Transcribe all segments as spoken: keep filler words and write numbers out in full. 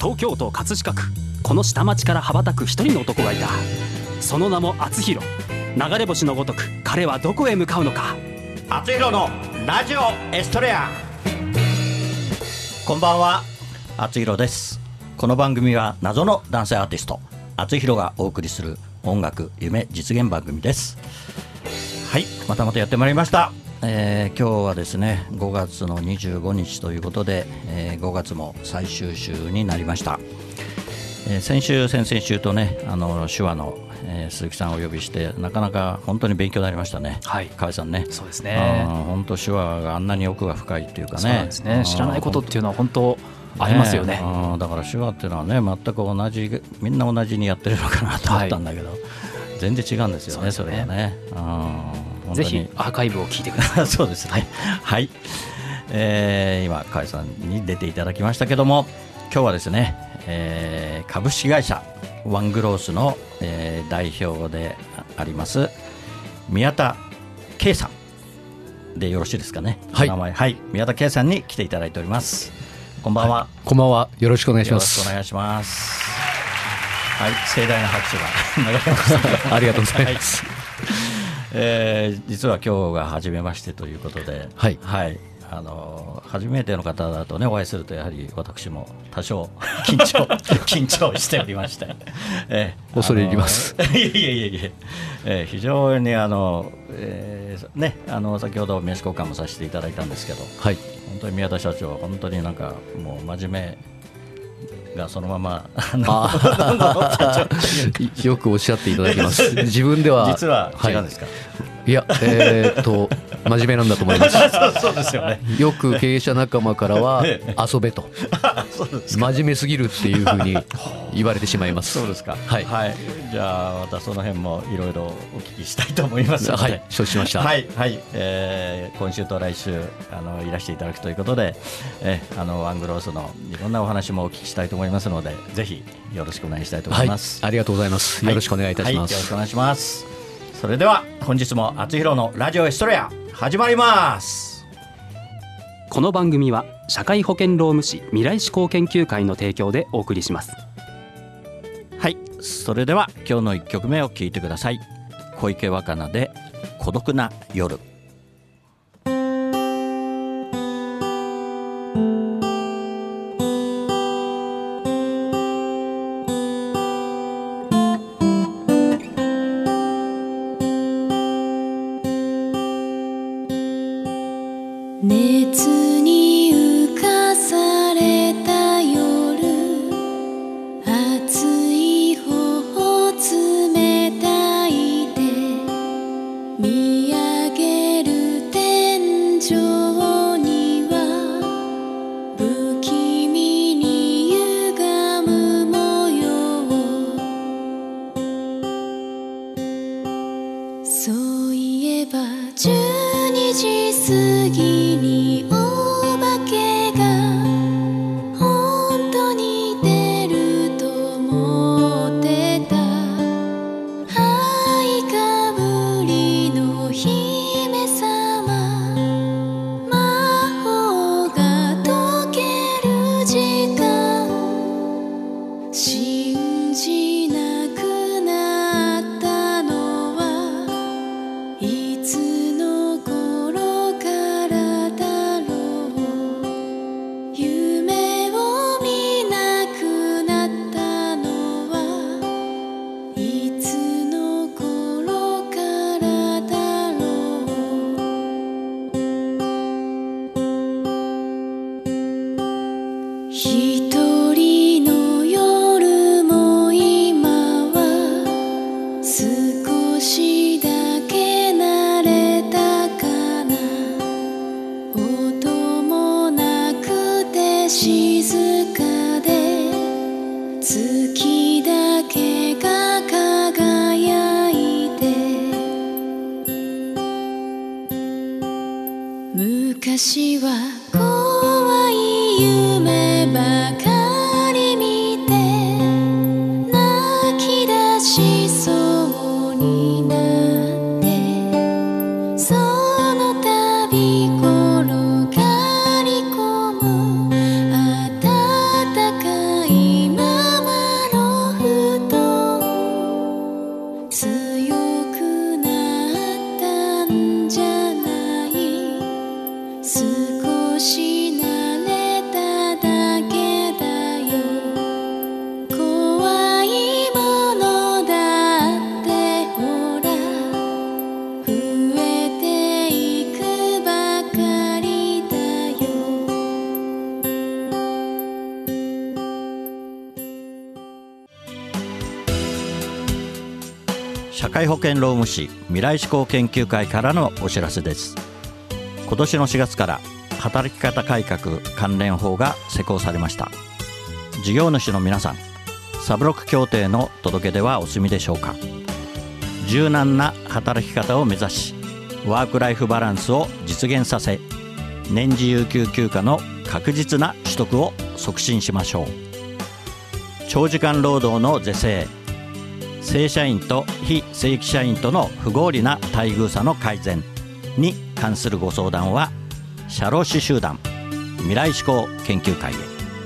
東京都葛飾区この下町から羽ばたく一人の男がいた。その名も厚弘。流れ星のごとく彼はどこへ向かうのか。 厚弘のラジオエストレア。こんばんは、厚弘です。この番組は謎の男性アーティスト厚弘がお送りする音楽夢実現番組です。はい、またまたやってまいりました。えー、今日はですねごがつのにじゅうごにちということで、えー、ごがつも最終週になりました。えー、先週先々週とねあの手話の、えー、鈴木さんをお呼びしてなかなか本当に勉強になりましたね。はい、河合さんね。 そうですね。 本当手話があんなに奥が深いっていうかね。 そうなんですね。知らないことっていうのは本当ありますよね。 ね、だから手話っていうのはね全く同じみんな同じにやってるのかなと思ったんだけど、はい、全然違うんですよね。それはね。 ぜひアーカイブを聞いてください。 そうですね。はい、はい、えー、今河合さんに出ていただきましたけども、今日はですね、えー、株式会社ワングロースの、えー、代表であります宮田圭さんでよろしいですかね。 はい、 名前、はい、宮田圭さんに来ていただいております。こんばんは。はい、 こんばんは。よろしくお願いします。 よろしくお願いします。はい、盛大な拍手が流れましたありがとうございます。 はいえー、実は今日が初めましてということで、 はいはい、あの初めての方だとねお会いするとやはり私も多少緊張緊張しておりまして、 えー、恐れ入ります。 いえいえいえいえ、えー、非常にあの、えーね、あの先ほど名刺交換もさせていただいたんですけど、はい、本当に宮田社長は本当になんかもう真面目がそのままあよくおっしゃっていただきます。自分では実は違うんですか。 はい、いや、えー、っと真面目なんだと思います。 そうそうですよね。 よく経営者仲間からは遊べと真面目すぎるっていうふうに言われてしまいます。 そうですか。 はい、 はい、じゃあまたその辺もいろいろお聞きしたいと思いますので、 はい、承知しました。 はい、はい、えー、今週と来週あのいらしていただくということで、えあのワングロースのいろんなお話もお聞きしたいと思いますので、ぜひよろしくお願いしたいと思います。 はい、ありがとうございます。よろしくお願いいたします。 はいはい、よろしくお願いします。それでは本日も厚弘のラジオエストレア始まります。 この番組は社会保険労務士未来志向研究会の提供でお送りします。 はい、それでは今日のいっきょくめを聴いてください。小池若菜で孤独な夜。 熱に浮かされた夜、熱い頬冷たい手、見上げる天井には不気味に歪む模様。そういえばじゅうにじ過ぎにお化けが本当に出ると思ってた。灰かぶりの姫様、魔法が解ける時間、信じなくなったのはいつの頃からだろう。夢を見なくなったのはいつの頃からだろう。一人の夜も今は少しだけ慣れたかな。音もなくて静かで月だけが輝いて、昔は怖い夢ばかり見て泣き出しそうになって、その度転がり込む暖かい社会保険労務士未来志向研究会からのお知らせです。今年のしがつから働き方改革関連法が施行されました。事業主の皆さん、サブロック協定の届け出はお済みでしょうか。柔軟な働き方を目指し、ワークライフバランスを実現させ、年次有給休暇の確実な取得を促進しましょう。長時間労働の是正、正社員と非正規社員との不合理な待遇差の改善に関するご相談は、社労士集団未来志向研究会へ。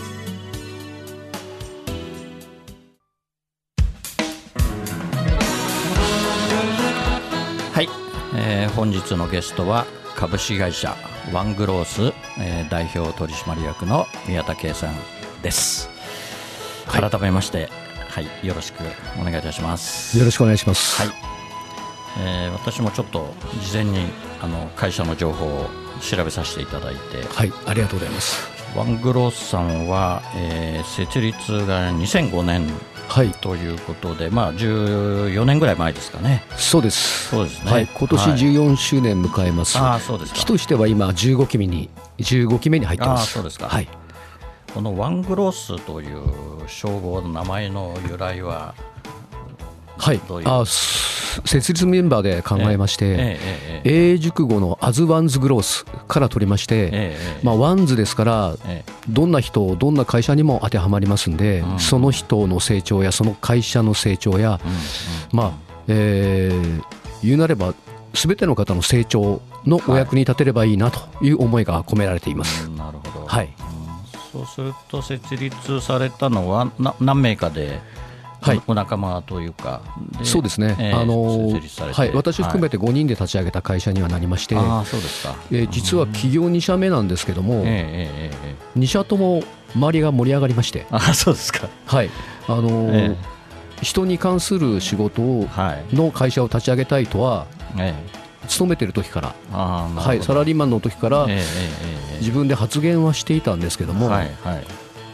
はい、えー、本日のゲストは株式会社ワングロース、えー、代表取締役の宮田圭さんです。はい、改めましてはい、よろしくお願いいたします。 よろしくお願いします。 はい、えー、私もちょっと事前にあの会社の情報を調べさせていただいて、 はい、ありがとうございます。 ワングロースさんは、えー、設立がにせんごねん、はい、ということで、まあ、じゅうよねんぐらい前ですかね。 そうです。 そうですね、 はい、今年じゅうよんしゅうねん迎えます。 はい、あ、そうですか。 期としては今じゅうごきめにじゅうごきめに入ってます。 あ、そうですか。 はい、 このワングロースという称号の名前の由来は、 はい、 どういうあ設立メンバーで考えまして、ええええ、英熟語のアズワンズグロースから取りまして、えまあ、ワンズですから、ええ、どんな人どんな会社にも当てはまりますんで、うん、その人の成長やその会社の成長や、うんうん、まあえー、言うなれば全ての方の成長のお役に立てればいいなという思いが込められています。 はい、なるほど。 はい、 そうすると設立されたのはな何名かで、はい、お仲間というかで、 そうですね、 えーあの設立されて、 はい、私含めてごにんで立ち上げた会社にはなりまして、 あ、そうですか。 えー、実は企業に社目なんですけども、 えーえー、 に社とも周りが盛り上がりまして、 あ、そうですか。 はい、あのーえー、人に関する仕事をの会社を立ち上げたいとは、えー、勤めてる時から、あ、はい、サラリーマンの時から、えーえー、自分で発言はしていたんですけども、はいはい、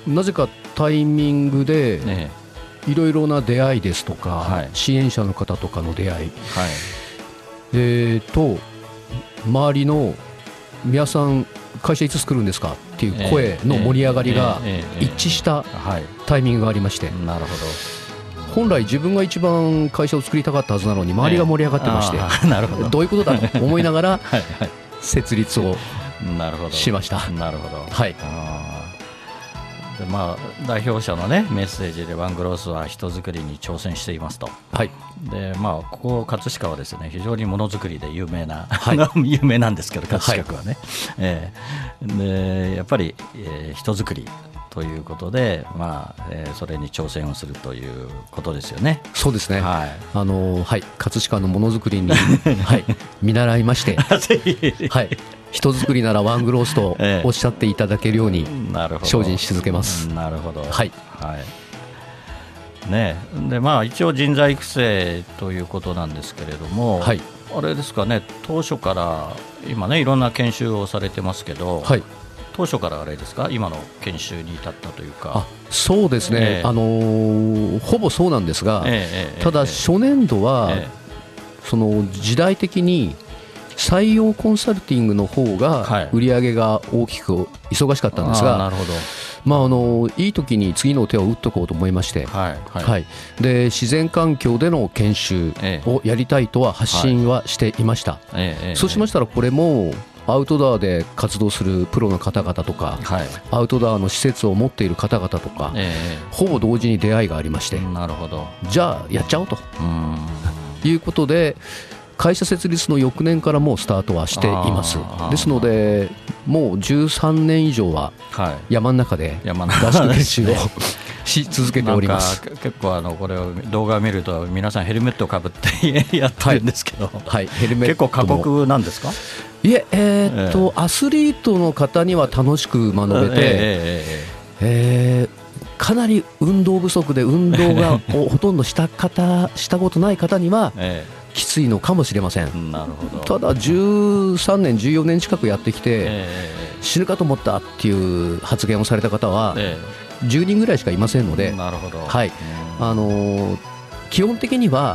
なぜかタイミングで、えーいろいろな出会いですとか、はい、支援者の方とかの出会い、はい、えー、と周りの皆さん会社いつ作るんですかっていう声の盛り上がりが一致したタイミングがありまして、 なるほど。 本来自分が一番会社を作りたかったはずなのに周りが盛り上がってまして、えー、なるほど、どういうことだと思いながらはい、はい、設立をしました。 なるほど。 はい、 で、まあ、代表者の、ね、メッセージでワングロースは人づくりに挑戦していますと、はい、で、まあ、ここ葛飾はですね、非常にものづくりで有名な、はい、有名なんですけど、葛飾区はね、はい、えー、でやっぱり、えー、人づくりということで、まあえー、それに挑戦をするということですよね。 そうですね、はい、あのはい、葛飾のものづくりに、はい、見習いまして、はい、人づくりならワングロースとおっしゃっていただけるように精進し続けます。 なるほど、 はい、 はいね、で、まあ、一応人材育成ということなんですけれども、はい、あれですかね、当初から今ね、いろんな研修をされてますけど、はい、当初からあれですか、今の研修に至ったというか。 あ、そうですね、えーあのー、ほぼそうなんですが、えー、ただ初年度は、えー、その時代的に採用コンサルティングの方が売り上げが大きく忙しかったんですが、はい、あ、なるほど、まあ、あのいい時に次の手を打っておこうと思いまして、はいはいはい、で自然環境での研修をやりたいとは発信はしていました、はい、そうしましたらこれもアウトドアで活動するプロの方々とか、はい、アウトドアの施設を持っている方々とか、えー、ほぼ同時に出会いがありまして、 なるほど、 じゃあやっちゃおうということで、会社設立の翌年からもうスタートはしています。ですのでもうじゅうさんねん以上は山の中で合宿研修をし続けております。 なんか結構あのこれを動画を見ると皆さんヘルメットをかぶってやってるんですけど、はいはい、ヘルメットも結構過酷なんですか？ いえ、えーっとえー、アスリートの方には楽しく学べて、えーえー、かなり運動不足で運動がほとんどした方したことない方には、えーきついのかもしれません。 なるほど。 ただじゅうさんねんじゅうよねん近くやってきて、えー、死ぬかと思ったっていう発言をされた方はじゅうにんぐらいしかいませんので、 なるほど、 はい、あのー、基本的には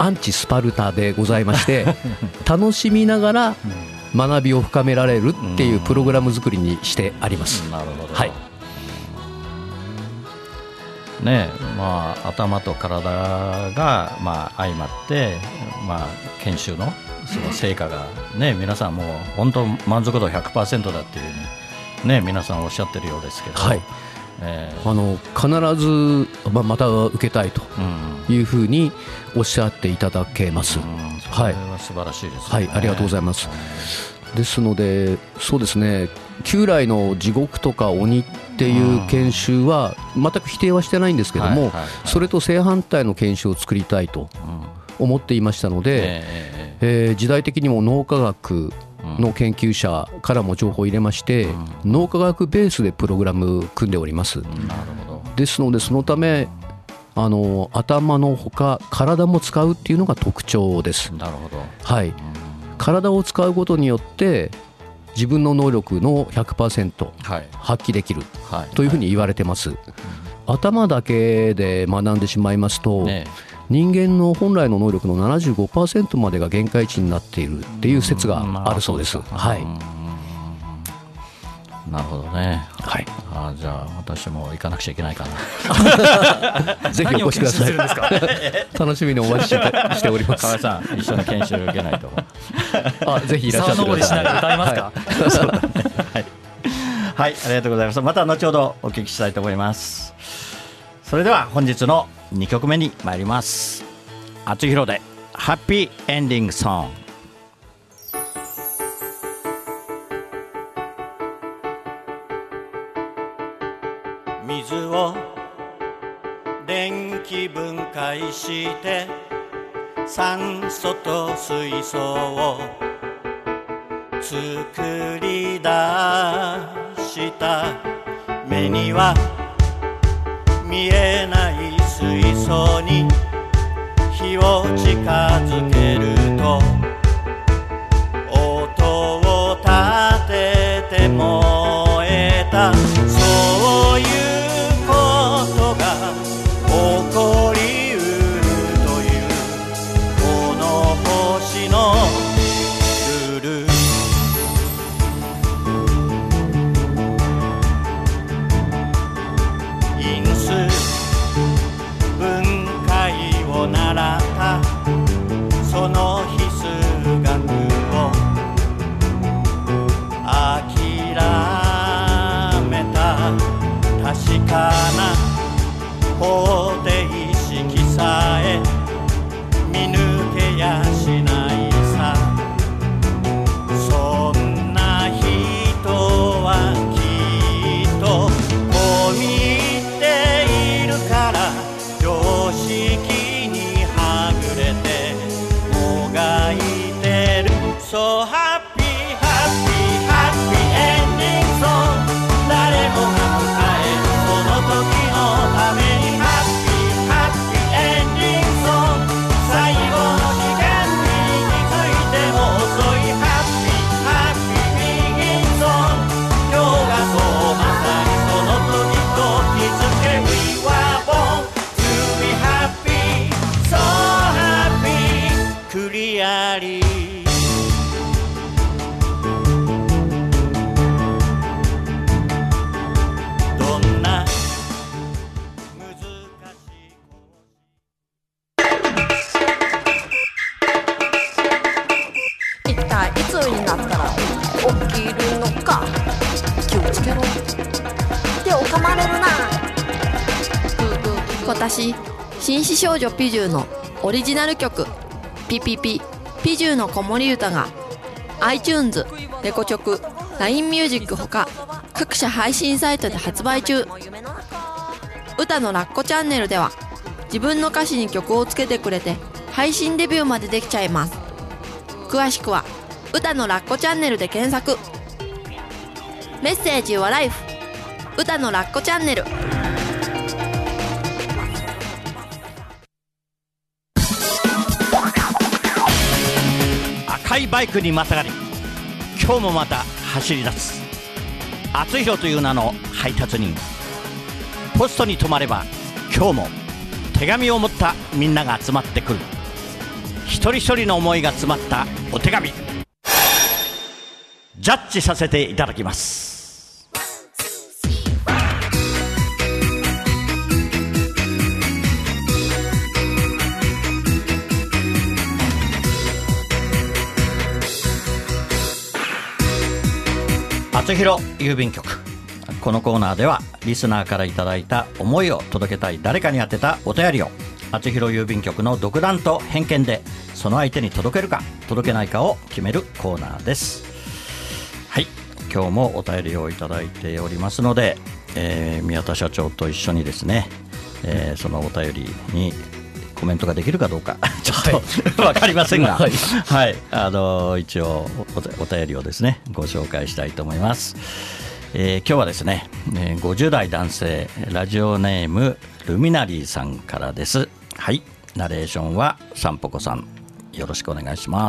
アンチスパルタでございまして楽しみながら学びを深められるっていうプログラム作りにしてあります。 なるほど、 はいねまあ、頭と体が、まあ、相まって、まあ、研修のその成果が、ね、皆さんもう本当満足度 ひゃくパーセント だっていうふうに、ね、皆さんおっしゃってるようですけど、 はいえー、あの必ず、まあ、また受けたいというふうにおっしゃっていただけます、うんうん、 それは素晴らしいですね、 はい、はい、ありがとうございます、うん、ですのでそうですね旧来の地獄とか鬼っていう研修は全く否定はしてないんですけども、それと正反対の研修を作りたいと思っていましたので、えー、時代的にも脳科学の研究者からも情報を入れまして、脳科学ベースでプログラム組んでおります。 なるほど。 ですのでそのためあの頭のほか体も使うっていうのが特徴です。 なるほど、 はい、体を使うことによって自分の能力の ひゃくパーセント 発揮できるというふうに言われてます、はいはい、頭だけで学んでしまいますと、ね、人間の本来の能力の ななじゅうごパーセント までが限界値になっているっていう説があるそうです。はい、 なるほどね、 はい、 あじゃあ私も行かなくちゃいけないかなぜひお越しください楽しみにお待ちしております。 河合さん一緒に研修受けないとあぜひいらっしゃってください。 歌いますか、 はい、はい、ありがとうございます。また後ほどお聞きしたいと思います。それでは本日のにきょくめに参ります。厚弘でハッピーエンディングソング。水を電気分解して酸素と水素を作り出した目には見えない水素に火を近づけると音を立てて燃えた。そういうことが起こりうるというこの星のルール。因数分解を習ったその必須学を諦めた確かな方程式さえ見抜けやしないさ。そんな人はきっと込み入っているから常識にはぐれてもがいてる。そうハッピーハッピーハッピーエンディングソング。誰もが迎えるその時のためにハッピーハッピーエンディングソング。最後の時間に気づいても遅いハッピーハッピービギンソング。今日がそうまさにその時と気づけ We were born to be happy so happy クリアリー。 一体いつになったら起きるのか気をつけろ手を噛まれるな。私紳士少女ピジューのオリジナル曲ピピピピジューの子守歌が iTunes、レコチョク、ライン ミュージックほか各種配信サイトで発売中。歌のラッコチャンネルでは自分の歌詞に曲をつけてくれて配信デビューまでできちゃいます。詳しくは歌のラッコチャンネルで検索。メッセージはライフ歌のラッコチャンネル。 赤いバイクにまたがり今日もまた走り出す厚弘という名の配達人。ポストに止まれば今日も手紙を持ったみんなが集まってくる。 一人一人の思いが詰まったお手紙、ジャッジさせていただきます。あつひろ郵便局。このコーナーではリスナーからいただいた思いを届けたい誰かに宛てたお便りをあつひろ郵便局の独断と偏見でその相手に届けるか届けないかを決めるコーナーです。はい、今日もお便りをいただいておりますので、えー、宮田社長と一緒にですね、えー、そのお便りにコメントができるかどうかちょっと、はい、分かりませんが、はいはい、あの一応 お, お便りをですねご紹介したいと思います。えー、今日はですね、えー、ごじゅう代男性ラジオネームルミナリーさんからです。はい、ナレーションはさんぽこさん、よろしくお願いします。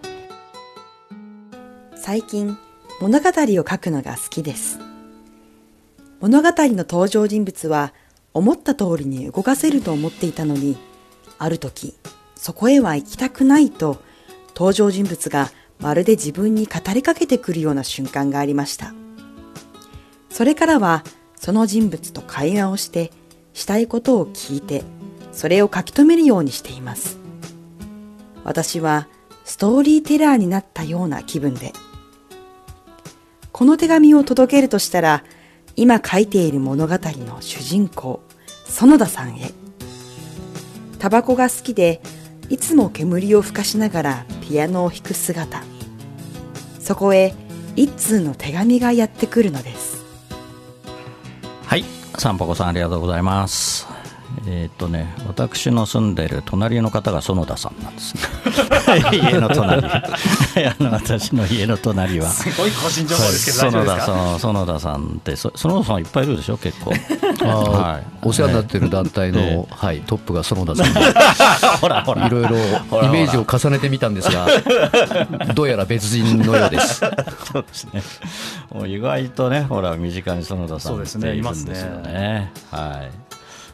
最近物語を書くのが好きです。物語の登場人物は思った通りに動かせると思っていたのに、ある時そこへは行きたくないと登場人物がまるで自分に語りかけてくるような瞬間がありました。それからはその人物と会話をしてしたいことを聞いてそれを書き留めるようにしています。私はストーリーテラーになったような気分で、この手紙を届けるとしたら今書いている物語の主人公園田さんへ。タバコが好きでいつも煙をふかしながらピアノを弾く姿、そこへ一通の手紙がやってくるのです。 はい、さんぽこさんありがとうございます。えーっとね、私の住んでる隣の方が園田さんなんですね家の隣あの私の家の隣はすごい個人情報ですけど、大丈夫ですか？ 園田さんって園田さんいっぱいいるでしょ結構あ、はい、お世話になっている団体の、ね、はい、トップが園田さんでほらほらいろいろイメージを重ねてみたんですがどうやら別人のようですそうですね、もう意外とねほら身近に園田さんっているんですよ ね, すね、はい、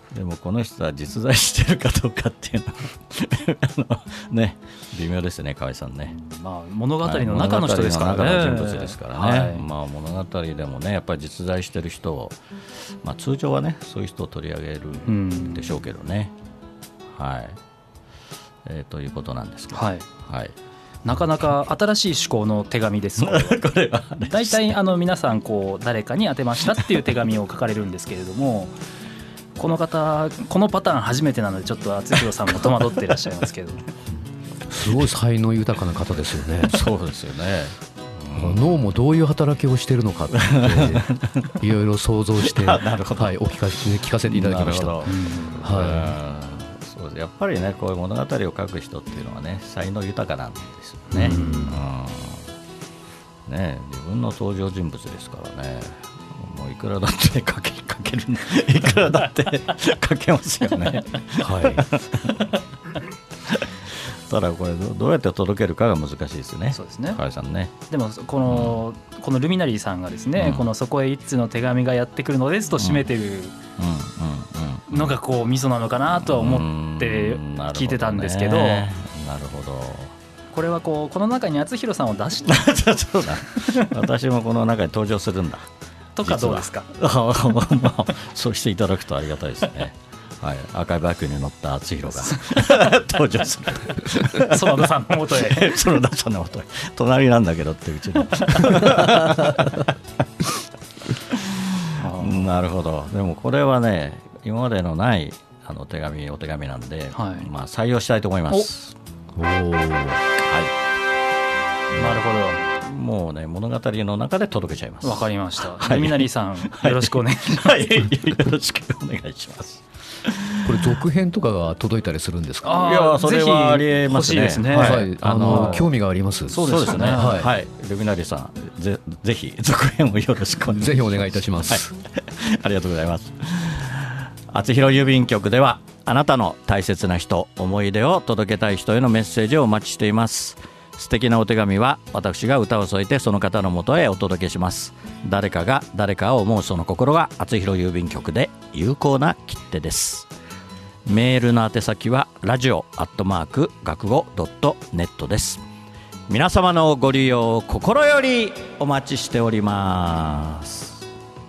でもこの人は実在してるかどうかっていうのはね、微妙ですね河合さんね、 まあ、物語の中の人ですからね、 物語の中の人物ですからね、はい、まあ、物語でもねやっぱり実在してる人を、まあ、通常はねそういう人を取り上げるんでしょうけどね、はい、えー、ということなんですけど、はいはい、 なかなか新しい趣向の手紙ですこれはだいたいあの皆さんこう誰かに宛てましたっていう手紙を書かれるんですけれどもこの方このパターン初めてなのでちょっと厚弘さんも戸惑っていらっしゃいますけどすごい才能豊かな方ですよねそうですよね、 うん、脳もどういう働きをしているのかっていろいろ想像してはい、お聞かせ、聞かせていただきました。うん、 はい、そうです。やっぱりねこういう物語を書く人っていうのはね才能豊かなんですよね、うんうん、ね、自分の登場人物ですからね、もういくらだって書け、書けるいくらだって書けますよねはいただこれどうやって届けるかが難しいですよね。 そうですね。 河合さんね。 でもこの、うん、このルミナリーさんがですね、うん、このそこへ一通の手紙がやってくるのですと締めてるのがこうミソなのかなとは思って聞いてたんですけど、なるほど。 これはこうこの中に厚弘さんを出したそうだ私もこの中に登場するんだとかどうですかそうしていただくとありがたいですねはい、赤いバイクに乗った厚弘が登場する園田さんの元へ園田さんの元へ隣なんだけどってうちのなるほど。でもこれはね今までのないあの手紙お手紙なんで、はい、まあ、採用したいと思います。おお、はい、なるほど。 もうね物語の中で届けちゃいます。 わかりました、はい、ルミナリーさん、はい、よろしくお願いします、 はい、よろしくお願いしますこれ続編とかが届いたりするんですか？ いやそれはありえますね。 欲しいですね、はい、あの興味があります。 そうですね、はいはい、ルミナリーさん ぜ, ぜひ続編をよろしくお願いします。 ぜひお願いいたします、 はい、ありがとうございます。厚弘郵便局ではあなたの大切な人思い出を届けたい人へのメッセージをお待ちしています。素敵なお手紙は私が歌を添えてその方のもとへお届けします。誰かが誰かを思うその心が厚弘郵便局で有効な切手です。 メールの宛先はラジオアットマーク学語ドットネットです。皆様のご利用心よりお待ちしております。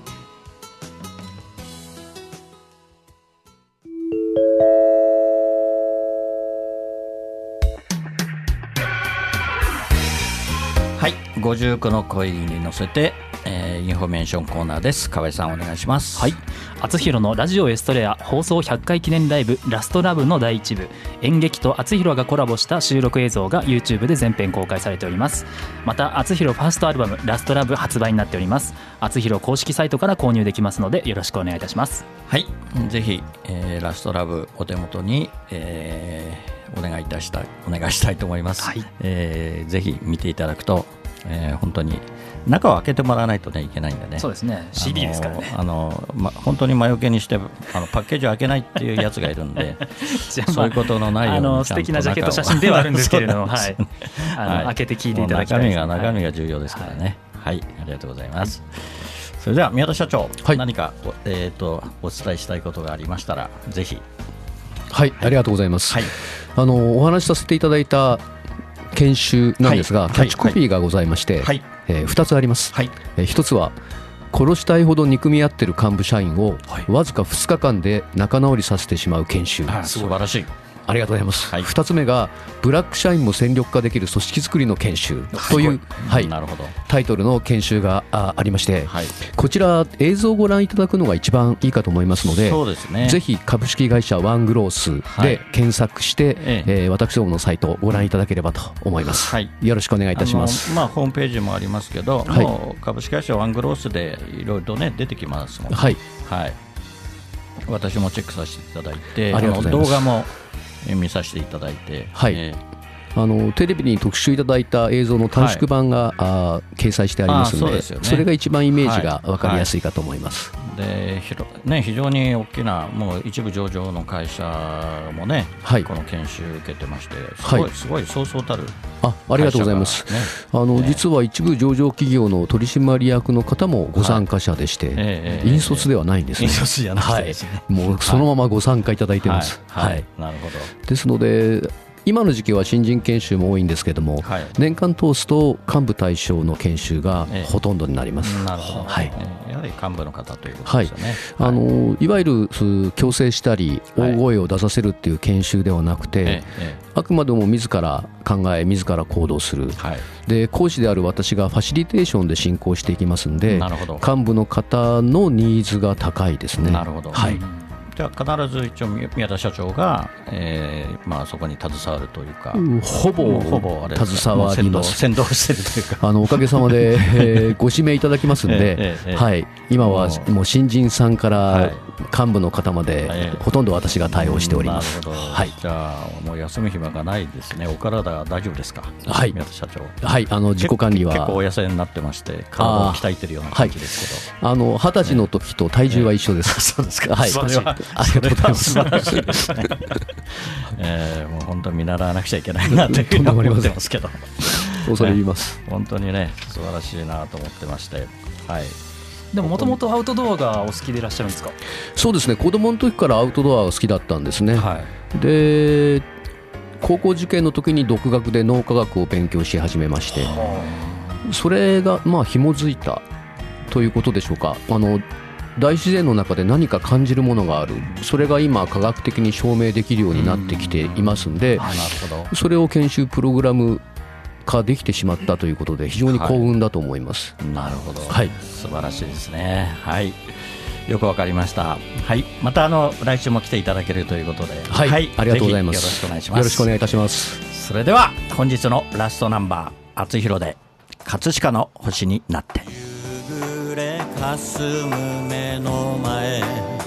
はい、ごじゅうきゅうの恋に乗せて、えー、インフォメーションコーナーです。河合さんお願いします。 はい、あつひろのラジオエストレア放送ひゃっかい記念ライブラストラブのだいいち部、演劇とあつひろがコラボした収録映像が YouTube で全編公開されております。またあつひろファーストアルバムラストラブ発売になっております。あつひろ公式サイトから購入できますのでよろしくお願いいたします。 はい、ぜひ、えー、ラストラブお手元に、えーお願いいたしたいお願いしたいと思います。はい、えー、ぜひ見ていただくと、えー、本当に中を開けてもらわないと、ね、いけないんでね。 そうですね、 シーディー ですからね。 あの、ま、本当に魔除けにしてあのパッケージを開けないっていうやつがいるんでそういうことのないようにちゃんと中を、 あの素敵なジャケット写真ではあるんですけれども、はい、あの、はい、開けて聞いていただきたいです。 中身が中身が重要ですからね。はい、はい、ありがとうございます。それでは宮田社長、はい、何か お,、えー、とお伝えしたいことがありましたらぜひ。 はい、ありがとうございます。はい、あのお話しさせていただいた研修なんですが、はい、キャッチコピーがございまして、はい、えー、ふたつあります。はい、えー、ひとつは殺したいほど憎み合ってる幹部社員をわずかふつかかんで仲直りさせてしまう研修。 はい、素晴らしい。 ありがとうございます。はい、ふたつめがブラック社員も戦力化できる組織作りの研修という、はい、なるほど、タイトルの研修が あ, ありまして、はい、こちら映像をご覧いただくのが一番いいかと思いますので、 そうですね、 ぜひ株式会社ワングロースで検索して、はい、ええー、私どものサイトをご覧いただければと思います。はい、よろしくお願いいたします。 まあ、ホームページもありますけど、はい、もう株式会社ワングロースでいろいろと、ね、出てきますもんね。はい、はい、私もチェックさせていただいて、あの動画も見させていただいて、はい、えー、あのテレビに特集いただいた映像の短縮版が、はい、あ掲載してありますの で, そ, で、ね、それが一番イメージが分かりやすいかと思います。 はいはい、でひろね、非常に大きなもう一部上場の会社もね、はい、この研修受けてまして、すごい、はい、すごいそうそうたる、 あ, ありがとうございます。ね、あの、ね、実は一部上場企業の取締役の方もご参加者でして、はい、えー、引率ではないんですね。 引率じゃなくてですね、 はい、もうそのままご参加いただいてます。 はいはいはい、なるほど。 ですので今の時期は新人研修も多いんですけども、はい、年間通すと幹部対象の研修がほとんどになります。 ええ、なるほど、はい、やはり幹部の方ということですよね。 はい、あのいわゆる強制したり大声を出させるっていう研修ではなくて、はい、あくまでも自ら考え自ら行動する、はい、で講師である私がファシリテーションで進行していきますので、幹部の方のニーズが高いですね。 なるほど、はい、じゃあ必ず一応宮田社長が、えーまあ、そこに携わるというか、うん、 ほぼほぼあれ携わります。 先導してるというか、 あのおかげさまで、えー、ご指名いただきますんで、えーえーはい、今はもう新人さんから幹部の方まで、はい、ほとんど私が対応しております。 なるほど、はい、じゃあもう休む暇がないですね。お体大丈夫ですか、 はい、 宮田社長。 はい、あの自己管理は結構お痩せになってまして体を鍛えてるような感じですけど、 あの二十歳の時と体重は一緒です。 えー、そうですか、 はい、 それはありがとうございます。 素晴らしいですね。えー、もう本当に見習わなくちゃいけないなというふうに思ってますけど、 恐れ入ります。 本当にね素晴らしいなと思ってまして、はい。 でももともとアウトドアがお好きでいらっしゃるんですか？ そうですね、子供の時からアウトドアが好きだったんですね。はい、で高校受験の時に独学で農科学を勉強し始めまして、それがまあ紐づいたということでしょうか。あの大自然の中で何か感じるものがある、それが今科学的に証明できるようになってきていますんで、それを研修プログラム化できてしまったということで非常に幸運だと思います。 はい、なるほど、はい、素晴らしいですね。はい、よくわかりました。はい、またあの来週も来ていただけるということで、 はい、はい、ありがとうございます。 よろしくお願いします。 よろしくお願いいたします。 それでは本日のラストナンバー、あつひろで葛飾の星になって。夕暮れ霞む目の前、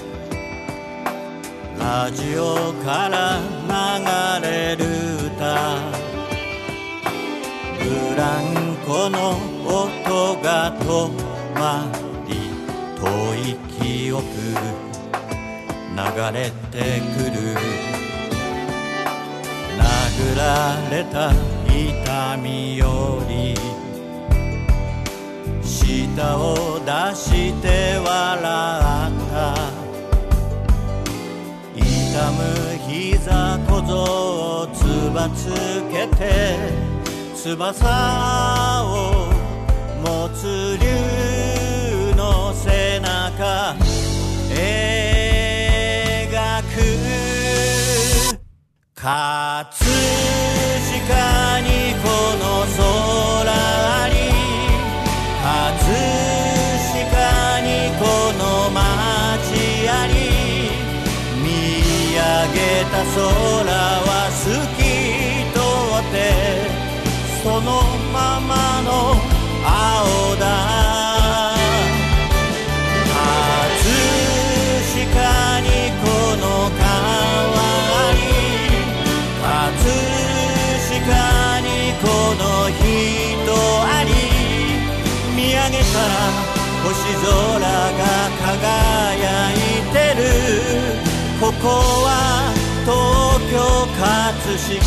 ラジオから流れる歌、ブランコの音が止まり、遠い記憶流れてくる、殴られた痛みより舌を出して笑った、痛むざ小僧つばつけて翼を持つ竜の背中描く葛飾にこの空に葛飾にこの街あり見上げた空は透き通ってそのままの青だ葛飾にこの川に葛飾にこの人あり見上げたら星空が輝いてるここは東京葛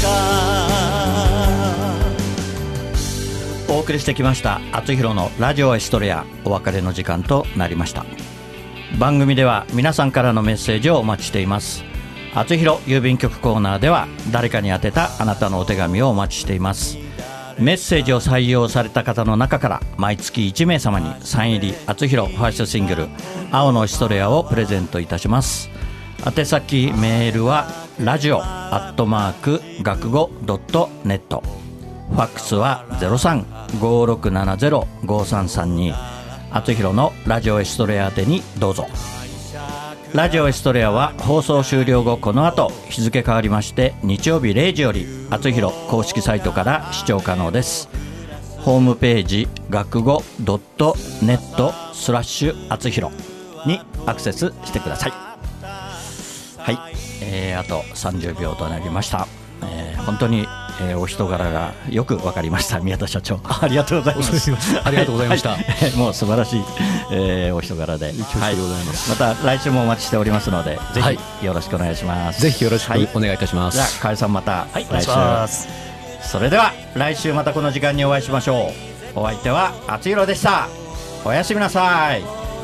飾お送りしてきました厚弘のラジオエストレアお別れの時間となりました。番組では皆さんからのメッセージをお待ちしています。厚弘郵便局コーナーでは誰かに宛てたあなたのお手紙をお待ちしています。メッセージを採用された方の中から毎月いち名様にサイン入り厚弘ファーストシングル青のエストレアをプレゼントいたします。宛先メールはラジオアットマーク学語ドットネットファックスは ゼロさん ごーろくななゼロ ごーさんさんに 厚弘のラジオエストレア宛てにどうぞ。ラジオエストレアは放送終了後この後日付変わりまして日曜日れいじより厚弘公式サイトから視聴可能です。ホームページ学語ドットネットスラッシュ厚弘にアクセスしてください。はい、えー、あとさんじゅうびょうとなりました。えー、本当にえー、お人柄がよく分かりました。宮田社長ありがとうございます。 ありがとうございました、はいはい、もう素晴らしい、えー、お人柄で、はい、また来週もお待ちしておりますのでぜひよろしくお願いします。 ぜひよろしくお願いいたします。 はい、じゃあ河合さんまた来週、はい、お願いします。それでは来週またこの時間にお会いしましょう。お相手は厚弘でした。おやすみなさい。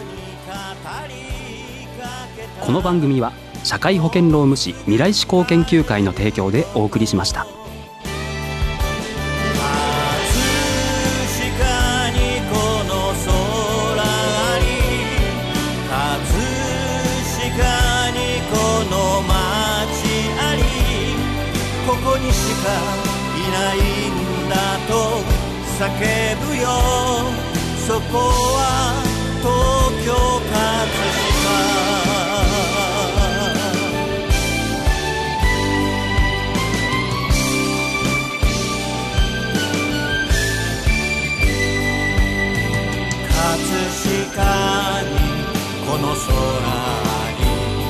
この番組は社会保険労務士未来志向研究会の提供でお送りしました。 ここにしかいないんだと叫ぶよ。そこは東京葛飾葛飾にこの空に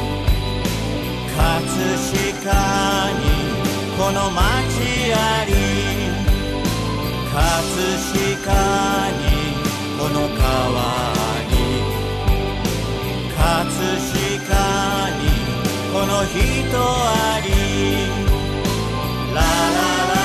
葛飾にこの街あり葛飾にこの川に葛飾にこの人ありラララ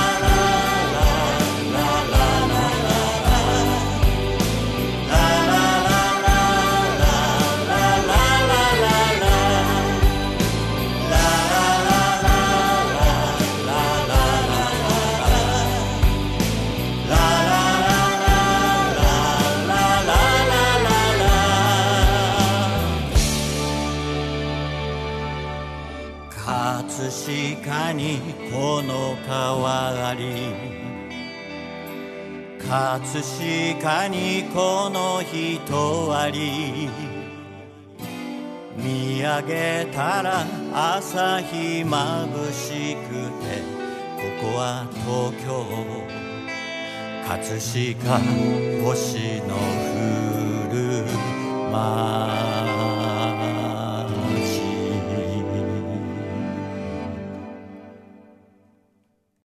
葛飾にこの川あり葛飾にこの人あり見上げたら朝日まぶしくてここは東京葛飾星の降る街